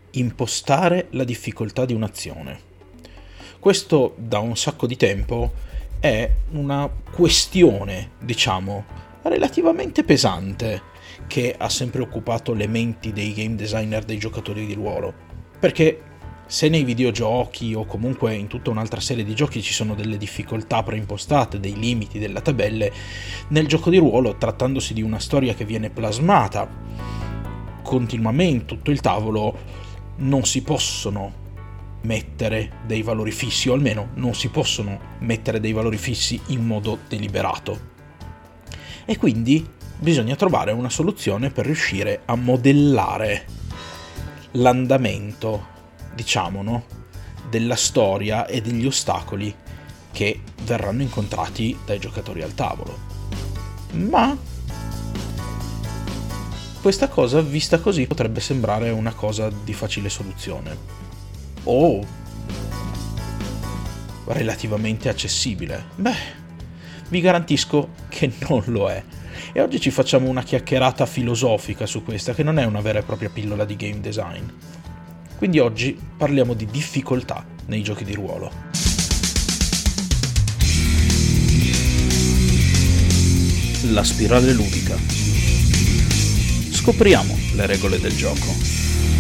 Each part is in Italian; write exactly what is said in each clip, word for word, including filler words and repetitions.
impostare la difficoltà di un'azione. Questo da un sacco di tempo è una questione, diciamo, relativamente pesante che ha sempre occupato le menti dei game designer, dei giocatori di ruolo. Perché se nei videogiochi o comunque in tutta un'altra serie di giochi ci sono delle difficoltà preimpostate, dei limiti, delle tabelle, nel gioco di ruolo, trattandosi di una storia che viene plasmata continuamente tutto il tavolo, non si possono mettere dei valori fissi, o almeno non si possono mettere dei valori fissi in modo deliberato. E quindi bisogna trovare una soluzione per riuscire a modellare l'andamento, diciamo, no, della storia e degli ostacoli che verranno incontrati dai giocatori al tavolo. Ma questa cosa, vista così, potrebbe sembrare una cosa di facile soluzione o relativamente accessibile. Beh, vi garantisco che non lo è. E oggi ci facciamo una chiacchierata filosofica su questa, che non è una vera e propria pillola di game design. Quindi oggi parliamo di difficoltà nei giochi di ruolo. La spirale ludica. Scopriamo le regole del gioco.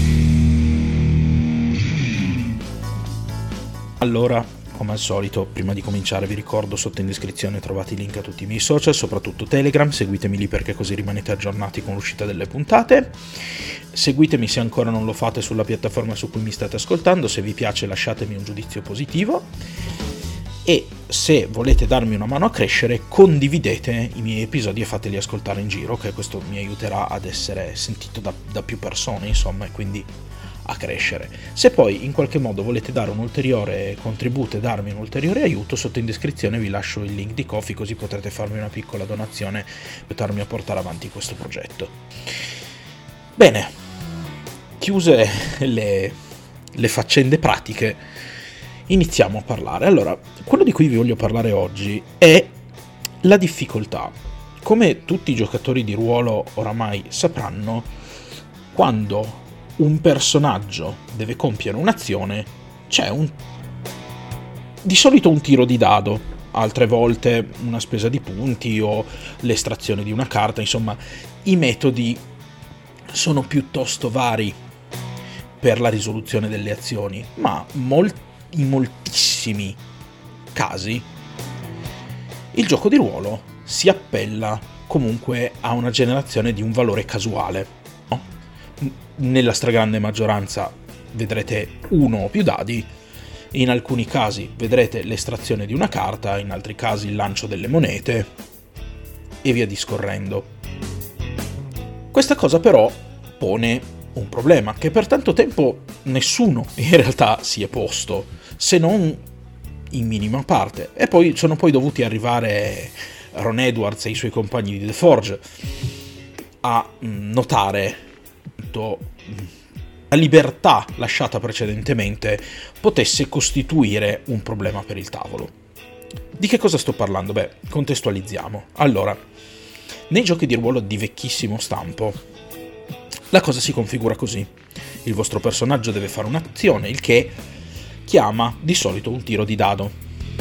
Allora, come al solito, prima di cominciare vi ricordo, sotto in descrizione trovate i link a tutti i miei social, soprattutto Telegram, seguitemi lì perché così rimanete aggiornati con l'uscita delle puntate. Seguitemi se ancora non lo fate sulla piattaforma su cui mi state ascoltando, se vi piace lasciatemi un giudizio positivo e se volete darmi una mano a crescere condividete i miei episodi e fateli ascoltare in giro, che questo mi aiuterà ad essere sentito da, da più persone, insomma, e quindi a crescere. Se poi in qualche modo volete dare un ulteriore contributo e darmi un ulteriore aiuto, sotto in descrizione vi lascio il link di Ko-fi, così potrete farmi una piccola donazione per aiutarmi a portare avanti questo progetto. Bene, chiuse le, le faccende pratiche, iniziamo a parlare. Allora, quello di cui vi voglio parlare oggi è la difficoltà. Come tutti i giocatori di ruolo oramai sapranno, quando un personaggio deve compiere un'azione, c'è un di solito un tiro di dado, altre volte una spesa di punti o l'estrazione di una carta, insomma i metodi sono piuttosto vari per la risoluzione delle azioni, ma mol- in moltissimi casi il gioco di ruolo si appella comunque a una generazione di un valore casuale. Nella stragrande maggioranza vedrete uno o più dadi, in alcuni casi vedrete l'estrazione di una carta, in altri casi il lancio delle monete e via discorrendo. Questa cosa però pone un problema che per tanto tempo nessuno in realtà si è posto, se non in minima parte, e poi sono poi dovuti arrivare Ron Edwards e i suoi compagni di The Forge a notare la libertà lasciata precedentemente potesse costituire un problema per il tavolo. Di che cosa sto parlando? Beh, contestualizziamo. Allora, nei giochi di ruolo di vecchissimo stampo la cosa si configura così: il vostro personaggio deve fare un'azione, il che chiama di solito un tiro di dado.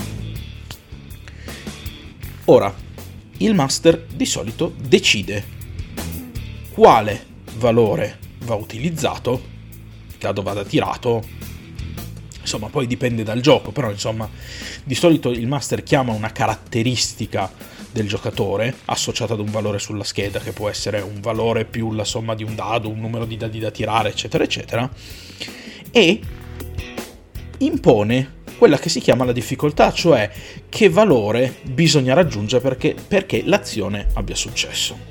Ora, il master di solito decide quale valore va utilizzato, il dado vada tirato, insomma poi dipende dal gioco, però insomma di solito il master chiama una caratteristica del giocatore associata ad un valore sulla scheda, che può essere un valore più la somma di un dado, un numero di dadi da tirare, eccetera eccetera, e impone quella che si chiama la difficoltà, cioè che valore bisogna raggiungere perché, perché l'azione abbia successo.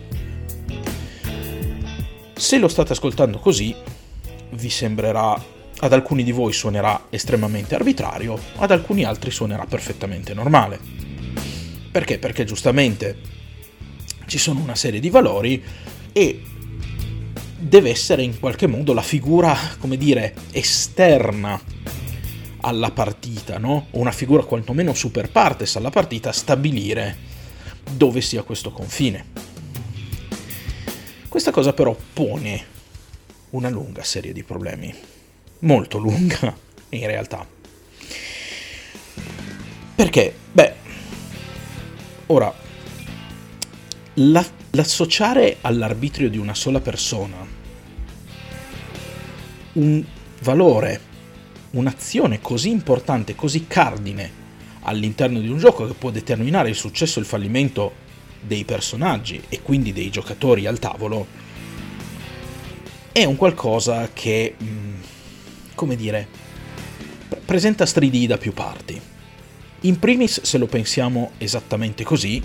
Se lo state ascoltando così, vi sembrerà, ad alcuni di voi suonerà estremamente arbitrario, ad alcuni altri suonerà perfettamente normale. Perché? Perché giustamente ci sono una serie di valori e deve essere in qualche modo la figura, come dire, esterna alla partita, no? O una figura quantomeno super partes alla partita a stabilire dove sia questo confine. Questa cosa però pone una lunga serie di problemi. molto lunga in realtà. Perché? Beh, ora, la, l'associare all'arbitrio di una sola persona un valore, un'azione così importante, così cardine all'interno di un gioco che può determinare il successo e il fallimento dei personaggi e quindi dei giocatori al tavolo, è un qualcosa che, come dire, presenta stridii da più parti. In primis, se lo pensiamo esattamente così,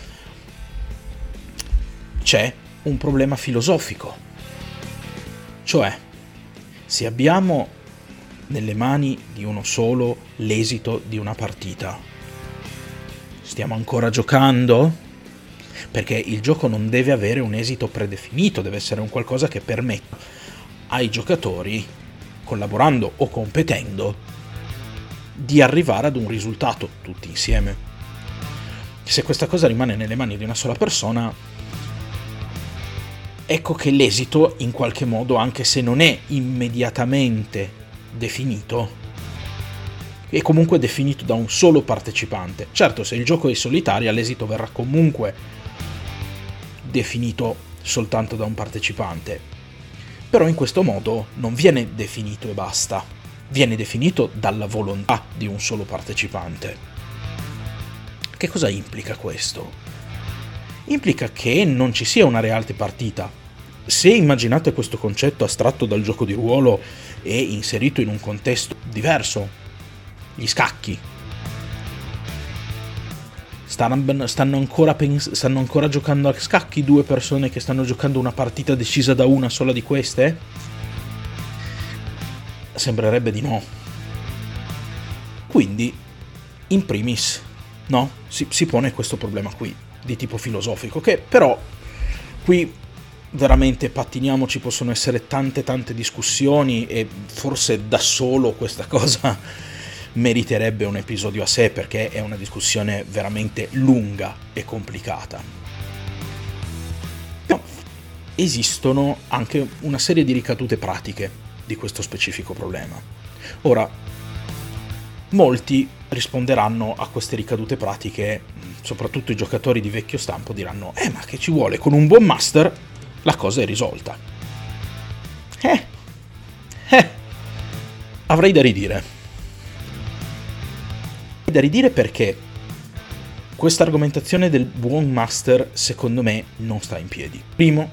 c'è un problema filosofico. Cioè, se abbiamo nelle mani di uno solo l'esito di una partita, stiamo ancora giocando? Perché il gioco non deve avere un esito predefinito, deve essere un qualcosa che permetta ai giocatori, collaborando o competendo, di arrivare ad un risultato tutti insieme. Se questa cosa rimane nelle mani di una sola persona, ecco che l'esito, in qualche modo, anche se non è immediatamente definito, è comunque definito da un solo partecipante. Certo, se il gioco è solitario, l'esito verrà comunque definito soltanto da un partecipante, però in questo modo non viene definito e basta, viene definito dalla volontà di un solo partecipante. Che cosa implica questo? Implica che non ci sia una reale partita. Se immaginate questo concetto astratto dal gioco di ruolo e inserito in un contesto diverso, gli scacchi, stanno, stanno, ancora pens- stanno ancora giocando a scacchi due persone che stanno giocando una partita decisa da una sola di queste? Sembrerebbe di no. Quindi, in primis, no, si, si pone questo problema qui, di tipo filosofico, che però qui veramente pattiniamo, ci possono essere tante tante discussioni e forse da solo questa cosa meriterebbe un episodio a sé, perché è una discussione veramente lunga e complicata. Però esistono anche una serie di ricadute pratiche di questo specifico problema. Ora, molti risponderanno a queste ricadute pratiche, soprattutto i giocatori di vecchio stampo diranno: eh ma che ci vuole, con un buon master la cosa è risolta. Eh, eh, avrei da ridire. Avrei da ridire perché questa argomentazione del buon master secondo me non sta in piedi. Primo,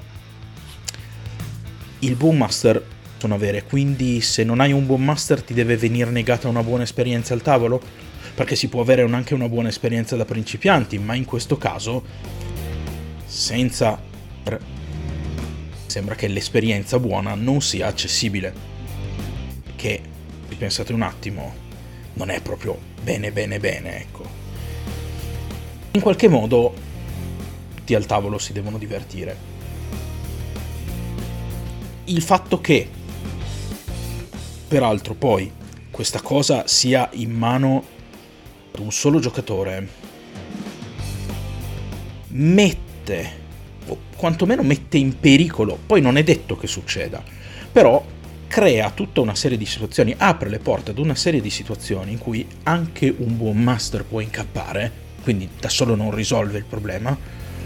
il buon master possono avere, quindi se non hai un buon master ti deve venire negata una buona esperienza al tavolo? Perché si può avere anche una buona esperienza da principianti, ma in questo caso senza... sembra che l'esperienza buona non sia accessibile, che, ripensate un attimo, non è proprio bene bene bene, ecco. In qualche modo tutti al tavolo si devono divertire. Il fatto che, peraltro, poi questa cosa sia in mano ad un solo giocatore mette, o quantomeno mette in pericolo, poi non è detto che succeda, però crea tutta una serie di situazioni, apre le porte ad una serie di situazioni in cui anche un buon master può incappare, quindi da solo non risolve il problema,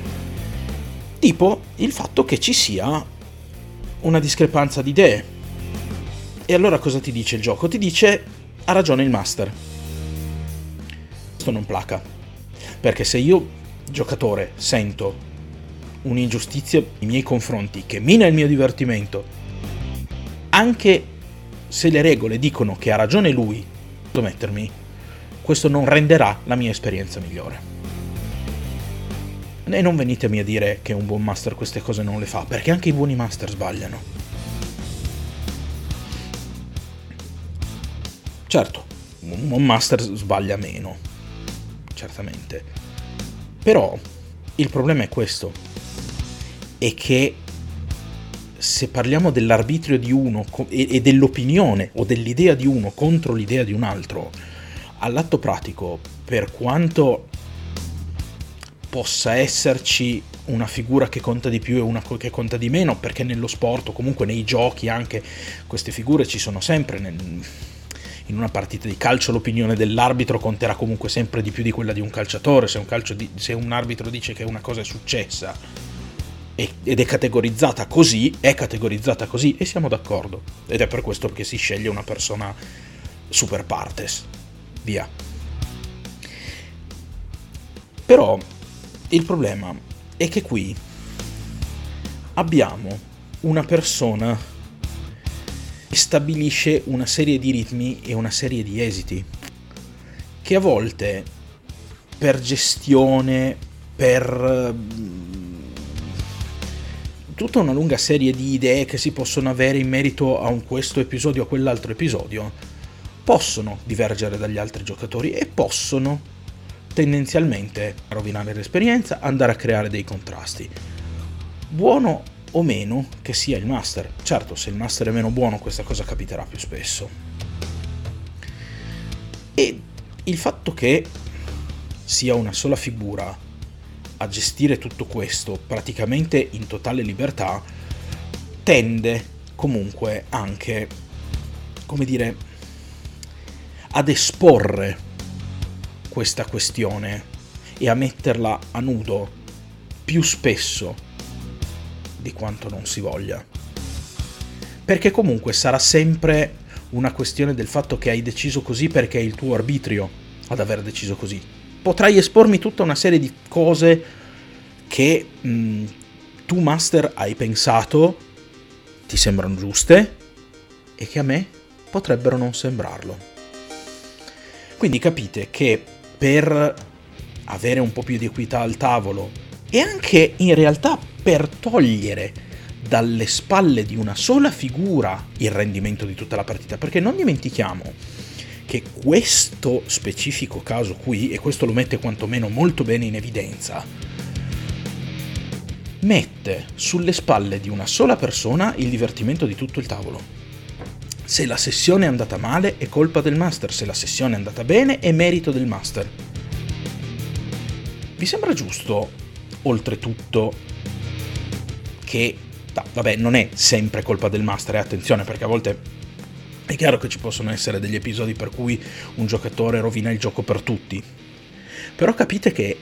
tipo il fatto che ci sia una discrepanza di idee. E allora cosa ti dice il gioco? Ti dice: ha ragione il master. Questo non placa, perché se io, giocatore, sento un'ingiustizia nei miei confronti che mina il mio divertimento, anche se le regole dicono che ha ragione lui, devo mettermi, questo non renderà la mia esperienza migliore. E non venitemi a dire che un buon master queste cose non le fa, perché anche i buoni master sbagliano. Certo, un buon master sbaglia meno, certamente, però il problema è questo, è che se parliamo dell'arbitrio di uno e dell'opinione o dell'idea di uno contro l'idea di un altro, all'atto pratico, per quanto possa esserci una figura che conta di più e una che conta di meno, perché nello sport o comunque nei giochi anche queste figure ci sono sempre. Nel, in una partita di calcio l'opinione dell'arbitro conterà comunque sempre di più di quella di un calciatore. Se un, calcio di, se un arbitro dice che una cosa è successa ed è categorizzata così, è categorizzata così e siamo d'accordo. Ed è per questo che si sceglie una persona super partes. Via. Però il problema è che qui abbiamo una persona che stabilisce una serie di ritmi e una serie di esiti che a volte per gestione, per tutta una lunga serie di idee che si possono avere in merito a un questo episodio o a quell'altro episodio possono divergere dagli altri giocatori e possono tendenzialmente rovinare l'esperienza, andare a creare dei contrasti. Buono o meno che sia il master. Certo, se il master è meno buono questa cosa capiterà più spesso. E il fatto che sia una sola figura a gestire tutto questo praticamente in totale libertà tende comunque anche, come dire, ad esporre questa questione e a metterla a nudo più spesso di quanto non si voglia, perché comunque sarà sempre una questione del fatto che hai deciso così perché è il tuo arbitrio ad aver deciso così. Potrai espormi tutta una serie di cose che mh, tu master hai pensato ti sembrano giuste e che a me potrebbero non sembrarlo. Quindi capite che per avere un po' più di equità al tavolo e anche in realtà per togliere dalle spalle di una sola figura il rendimento di tutta la partita, perché non dimentichiamo che questo specifico caso qui, e questo lo mette quantomeno molto bene in evidenza, mette sulle spalle di una sola persona il divertimento di tutto il tavolo. Se la sessione è andata male è colpa del master, se la sessione è andata bene è merito del master. Vi sembra giusto, oltretutto, che, no, vabbè, non è sempre colpa del master, e attenzione, perché a volte è chiaro che ci possono essere degli episodi per cui un giocatore rovina il gioco per tutti, però capite che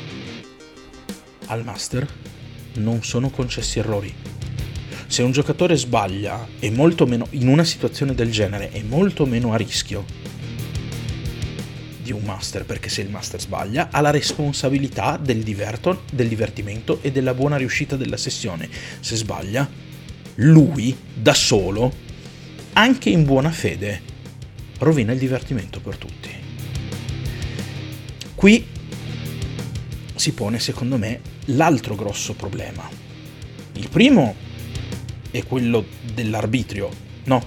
al master non sono concessi errori. Se un giocatore sbaglia è molto meno, in una situazione del genere è molto meno a rischio di un master, perché se il master sbaglia ha la responsabilità del, diverto, del divertimento e della buona riuscita della sessione. Se sbaglia, lui da solo, anche in buona fede, rovina il divertimento per tutti. Qui si pone, secondo me, l'altro grosso problema. Il primo è quello dell'arbitrio, no?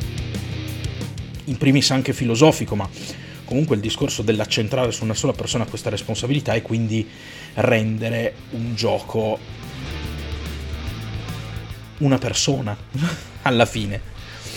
In primis anche filosofico, ma comunque il discorso dell'accentrare su una sola persona questa responsabilità e quindi rendere un gioco una persona alla fine.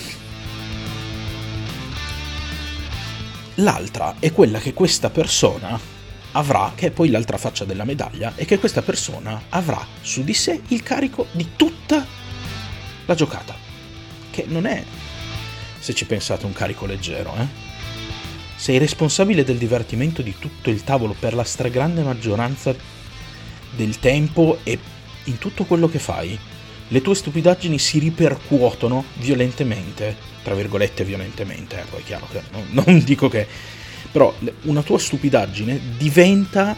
L'altra è quella che questa persona avrà, che è poi l'altra faccia della medaglia, è che questa persona avrà su di sé il carico di tutta la giocata, che non è, se ci pensate, un carico leggero, eh? Sei responsabile del divertimento di tutto il tavolo per la stragrande maggioranza del tempo e in tutto quello che fai. Le tue stupidaggini si ripercuotono violentemente, tra virgolette violentemente, eh, poi è chiaro che no, non dico che, però una tua stupidaggine diventa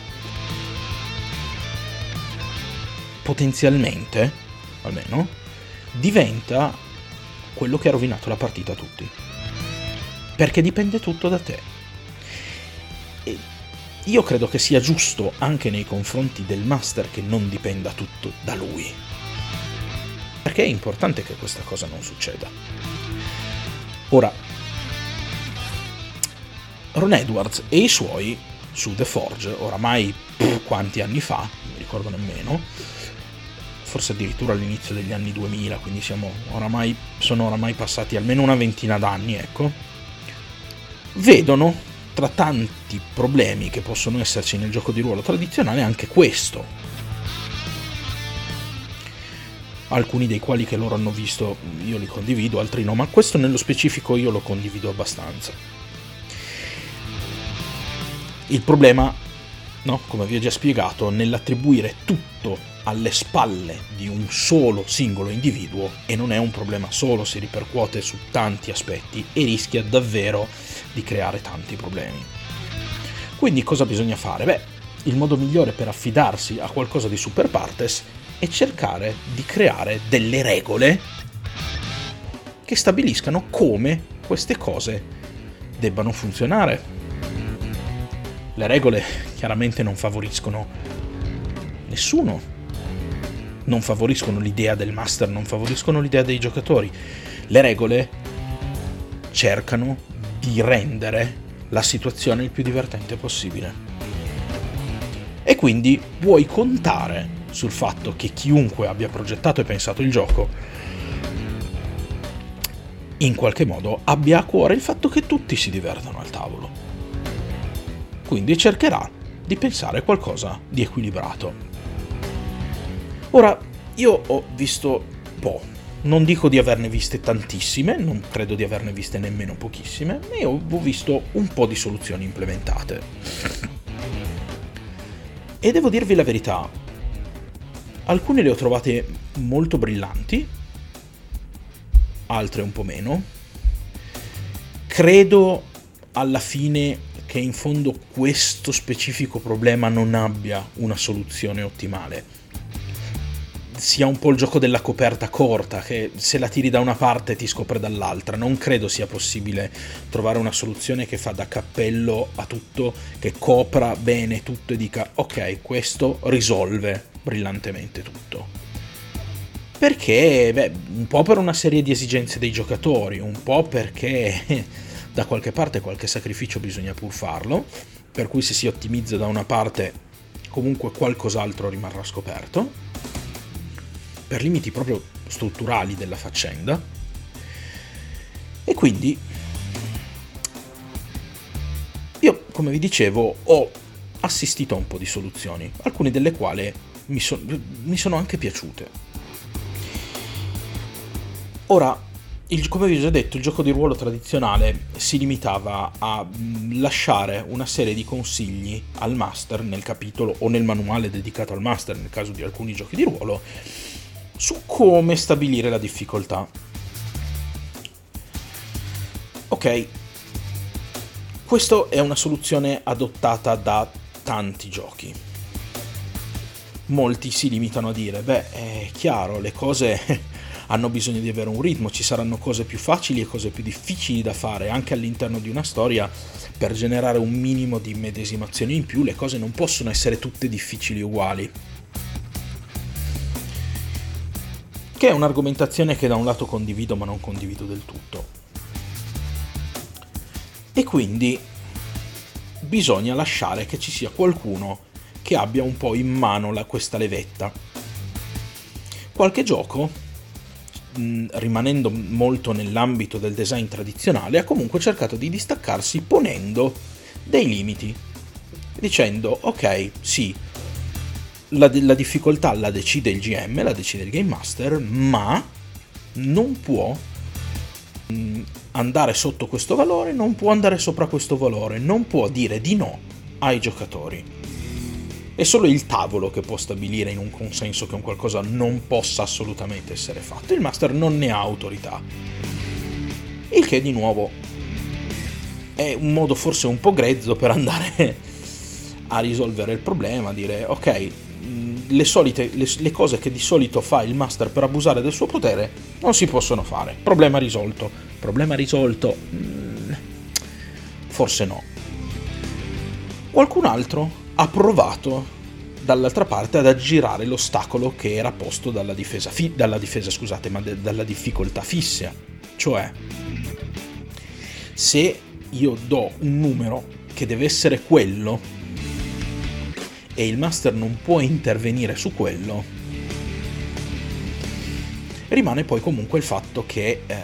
potenzialmente, almeno, diventa quello che ha rovinato la partita a tutti, perché dipende tutto da te. E io credo che sia giusto anche nei confronti del master che non dipenda tutto da lui, perché è importante che questa cosa non succeda. Ora, Ron Edwards e i suoi su The Forge, oramai pff, quanti anni fa, non mi ricordo nemmeno, forse addirittura all'inizio degli anni duemila, quindi siamo oramai, sono oramai passati almeno una ventina d'anni, ecco, vedono tra tanti problemi che possono esserci nel gioco di ruolo tradizionale anche questo. alcuni dei quali che loro hanno visto io li condivido, altri no, ma questo nello specifico io lo condivido abbastanza. Il problema, no, come vi ho già spiegato, nell'attribuire tutto alle spalle di un solo singolo individuo, e non è un problema solo, si ripercuote su tanti aspetti e rischia davvero di creare tanti problemi. Quindi cosa bisogna fare? Beh, il modo migliore per affidarsi a qualcosa di super partes è cercare di creare delle regole che stabiliscano come queste cose debbano funzionare. Le regole chiaramente non favoriscono nessuno, non favoriscono l'idea del master, non favoriscono l'idea dei giocatori. Le regole cercano di rendere la situazione il più divertente possibile. E quindi puoi contare sul fatto che chiunque abbia progettato e pensato il gioco in qualche modo abbia a cuore il fatto che tutti si divertano al tavolo. Quindi cercherà di pensare qualcosa di equilibrato. Ora, io ho visto po', non dico di averne viste tantissime, non credo di averne viste nemmeno pochissime, ma io ho visto un po' di soluzioni implementate. E devo dirvi la verità, alcune le ho trovate molto brillanti, altre un po' meno. Credo alla fine che in fondo questo specifico problema non abbia una soluzione ottimale. Sia un po' il gioco della coperta corta, che se la tiri da una parte ti scopre dall'altra. Non credo sia possibile trovare una soluzione che fa da cappello a tutto, che copra bene tutto e dica ok, questo risolve brillantemente tutto. Perché, beh, un po' per una serie di esigenze dei giocatori, un po' perché da qualche parte qualche sacrificio bisogna pur farlo, per cui se si ottimizza da una parte comunque qualcos'altro rimarrà scoperto, per limiti proprio strutturali della faccenda. E quindi io, come vi dicevo, ho assistito a un po' di soluzioni, alcune delle quali mi, so- mi sono anche piaciute. Ora, il, come vi ho già detto, il gioco di ruolo tradizionale si limitava a lasciare una serie di consigli al master nel capitolo o nel manuale dedicato al master, nel caso di alcuni giochi di ruolo, su come stabilire la difficoltà. Ok, questa è una soluzione adottata da tanti giochi. Molti si limitano a dire, beh, è chiaro, le cose hanno bisogno di avere un ritmo, ci saranno cose più facili e cose più difficili da fare anche all'interno di una storia per generare un minimo di immedesimazione in più. Le cose non possono essere tutte difficili uguali. Che è un'argomentazione che da un lato condivido ma non condivido del tutto. E quindi bisogna lasciare che ci sia qualcuno che abbia un po' in mano la, questa levetta. Qualche gioco, mh, rimanendo molto nell'ambito del design tradizionale, ha comunque cercato di distaccarsi ponendo dei limiti, dicendo ok, sì, La, la difficoltà la decide il G M, la decide il Game Master, ma non può mh, andare sotto questo valore, non può andare sopra questo valore, non può dire di no ai giocatori. È solo il tavolo che può stabilire in un consenso che un qualcosa non possa assolutamente essere fatto. Il Master non ne ha autorità. Il che, di nuovo, è un modo forse un po' grezzo per andare a risolvere il problema, dire ok, le solite le, le cose che di solito fa il master per abusare del suo potere non si possono fare. Problema risolto. Problema risolto? Mm, forse no. Qualcun altro ha provato dall'altra parte ad aggirare l'ostacolo che era posto dalla difesa, fi- dalla difesa scusate, ma de- dalla difficoltà fissa. Cioè, se io do un numero che deve essere quello e il master non può intervenire su quello, rimane poi comunque il fatto che eh,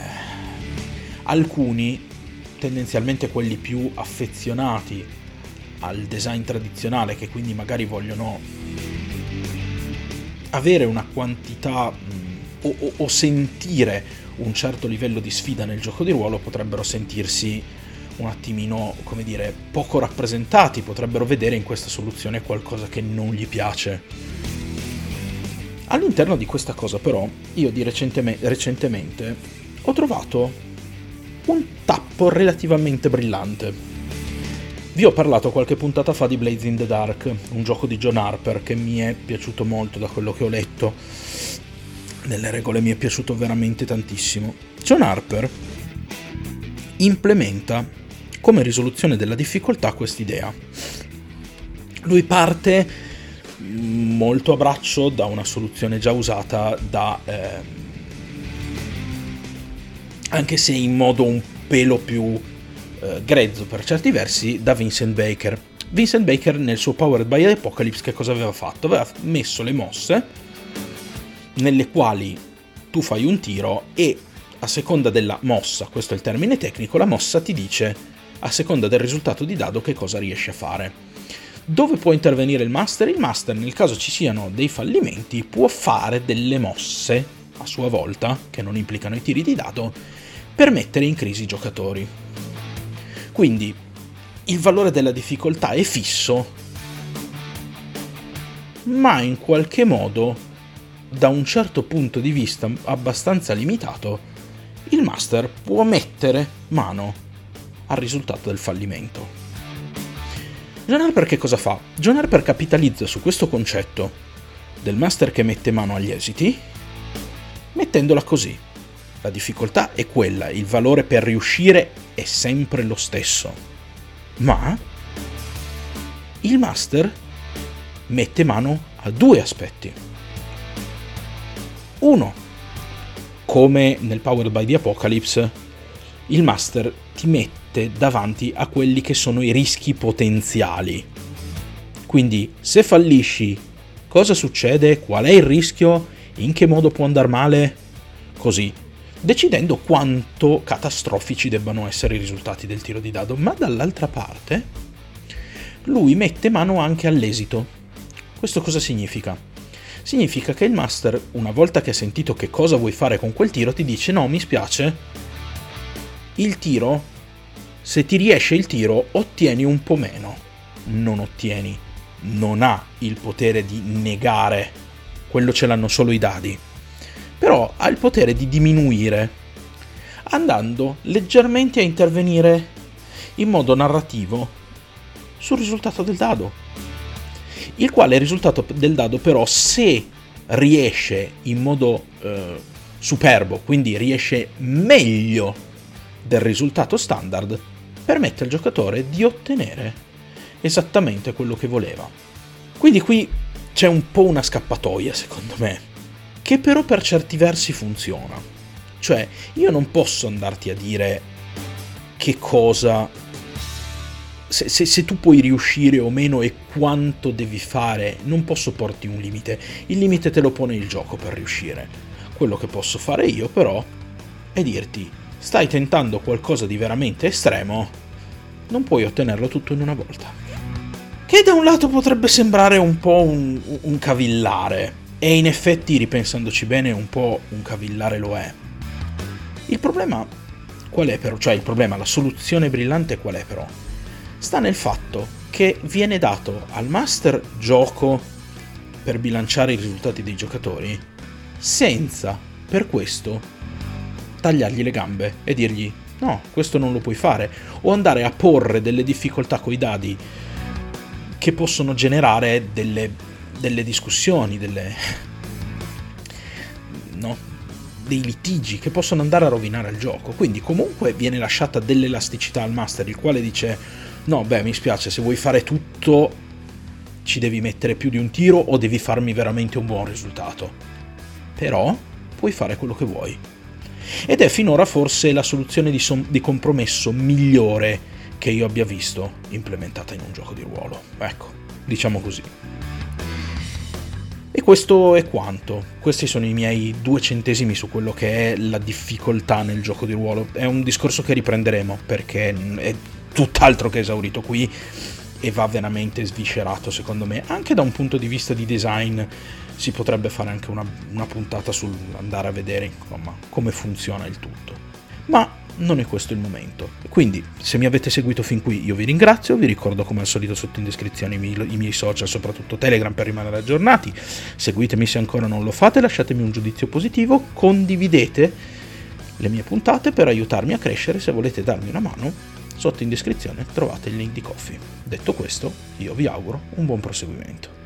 alcuni, tendenzialmente quelli più affezionati al design tradizionale, che quindi magari vogliono avere una quantità mh, o, o, o sentire un certo livello di sfida nel gioco di ruolo potrebbero sentirsi un attimino, come dire, poco rappresentati, potrebbero vedere in questa soluzione qualcosa che non gli piace. All'interno di questa cosa però io di recentemente, recentemente ho trovato un tappo relativamente brillante. Vi ho parlato qualche puntata fa di Blades in the Dark, un gioco di John Harper che mi è piaciuto molto da quello che ho letto. Nelle regole mi è piaciuto veramente tantissimo. John Harper implementa come risoluzione della difficoltà quest'idea. Lui parte molto a braccio da una soluzione già usata da eh, anche se in modo un pelo più eh, grezzo per certi versi, da Vincent Baker. Vincent Baker nel suo Powered by the Apocalypse che cosa aveva fatto? Aveva messo le mosse nelle quali tu fai un tiro e a seconda della mossa, questo è il termine tecnico, la mossa ti dice a seconda del risultato di dado che cosa riesci a fare. Dove può intervenire il master? Il master, nel caso ci siano dei fallimenti, può fare delle mosse a sua volta, che non implicano i tiri di dado, per mettere in crisi i giocatori. Quindi il valore della difficoltà è fisso, ma in qualche modo, da un certo punto di vista abbastanza limitato, il master può mettere mano al risultato del fallimento. John Harper che cosa fa? John Harper capitalizza su questo concetto del master che mette mano agli esiti, mettendola così. La difficoltà è quella, il valore per riuscire è sempre lo stesso, ma il master mette mano a due aspetti. Uno, come nel Powered by the Apocalypse, il master ti mette davanti a quelli che sono i rischi potenziali. Quindi, se fallisci, cosa succede? Qual è il rischio? In che modo può andare male? Così, decidendo quanto catastrofici debbano essere i risultati del tiro di dado. Ma dall'altra parte, lui mette mano anche all'esito. Questo cosa significa? Significa che il master, una volta che ha sentito che cosa vuoi fare con quel tiro, ti dice: no, mi spiace, il tiro, se ti riesce il tiro, ottieni un po' meno. Non ottieni, non ha il potere di negare, quello ce l'hanno solo i dadi, però ha il potere di diminuire, andando leggermente a intervenire in modo narrativo sul risultato del dado. Il quale risultato del dado però, se riesce in modo eh, superbo, quindi riesce meglio del risultato standard, permette al giocatore di ottenere esattamente quello che voleva. Quindi qui c'è un po' una scappatoia, secondo me, che però per certi versi funziona. Cioè, io non posso andarti a dire che cosa... Se, se, se tu puoi riuscire o meno e quanto devi fare, non posso porti un limite. Il limite te lo pone il gioco per riuscire. Quello che posso fare io però è dirti: stai tentando qualcosa di veramente estremo, non puoi ottenerlo tutto in una volta. Che da un lato potrebbe sembrare un po' un, un cavillare, e in effetti, ripensandoci bene, un po' un cavillare lo è. Il problema qual è però? Cioè il problema, la soluzione brillante qual è però? Sta nel fatto che viene dato al master gioco per bilanciare i risultati dei giocatori, senza per questo tagliargli le gambe e dirgli: no, questo non lo puoi fare, o andare a porre delle difficoltà coi dadi che possono generare delle, delle discussioni, delle no, dei litigi che possono andare a rovinare il gioco. Quindi comunque viene lasciata dell'elasticità al master, il quale dice: no, beh, mi spiace, se vuoi fare tutto ci devi mettere più di un tiro o devi farmi veramente un buon risultato. Però puoi fare quello che vuoi. Ed è finora forse la soluzione di, som- di compromesso migliore che io abbia visto implementata in un gioco di ruolo. Ecco, diciamo così. E questo è quanto. Questi sono i miei due centesimi su quello che è la difficoltà nel gioco di ruolo. È un discorso che riprenderemo, perché è tutt'altro che esaurito qui. e va veramente sviscerato secondo me. Anche da un punto di vista di design si potrebbe fare anche una, una puntata sul andare a vedere insomma come funziona il tutto, ma non è questo il momento. Quindi se mi avete seguito fin qui io vi ringrazio, vi ricordo come al solito sotto in descrizione i miei, i miei social, soprattutto Telegram, per rimanere aggiornati. Seguitemi se ancora non lo fate, lasciatemi un giudizio positivo, condividete le mie puntate per aiutarmi a crescere. Se volete darmi una mano, sotto in descrizione trovate il link di Ko-fi. Detto questo, io vi auguro un buon proseguimento.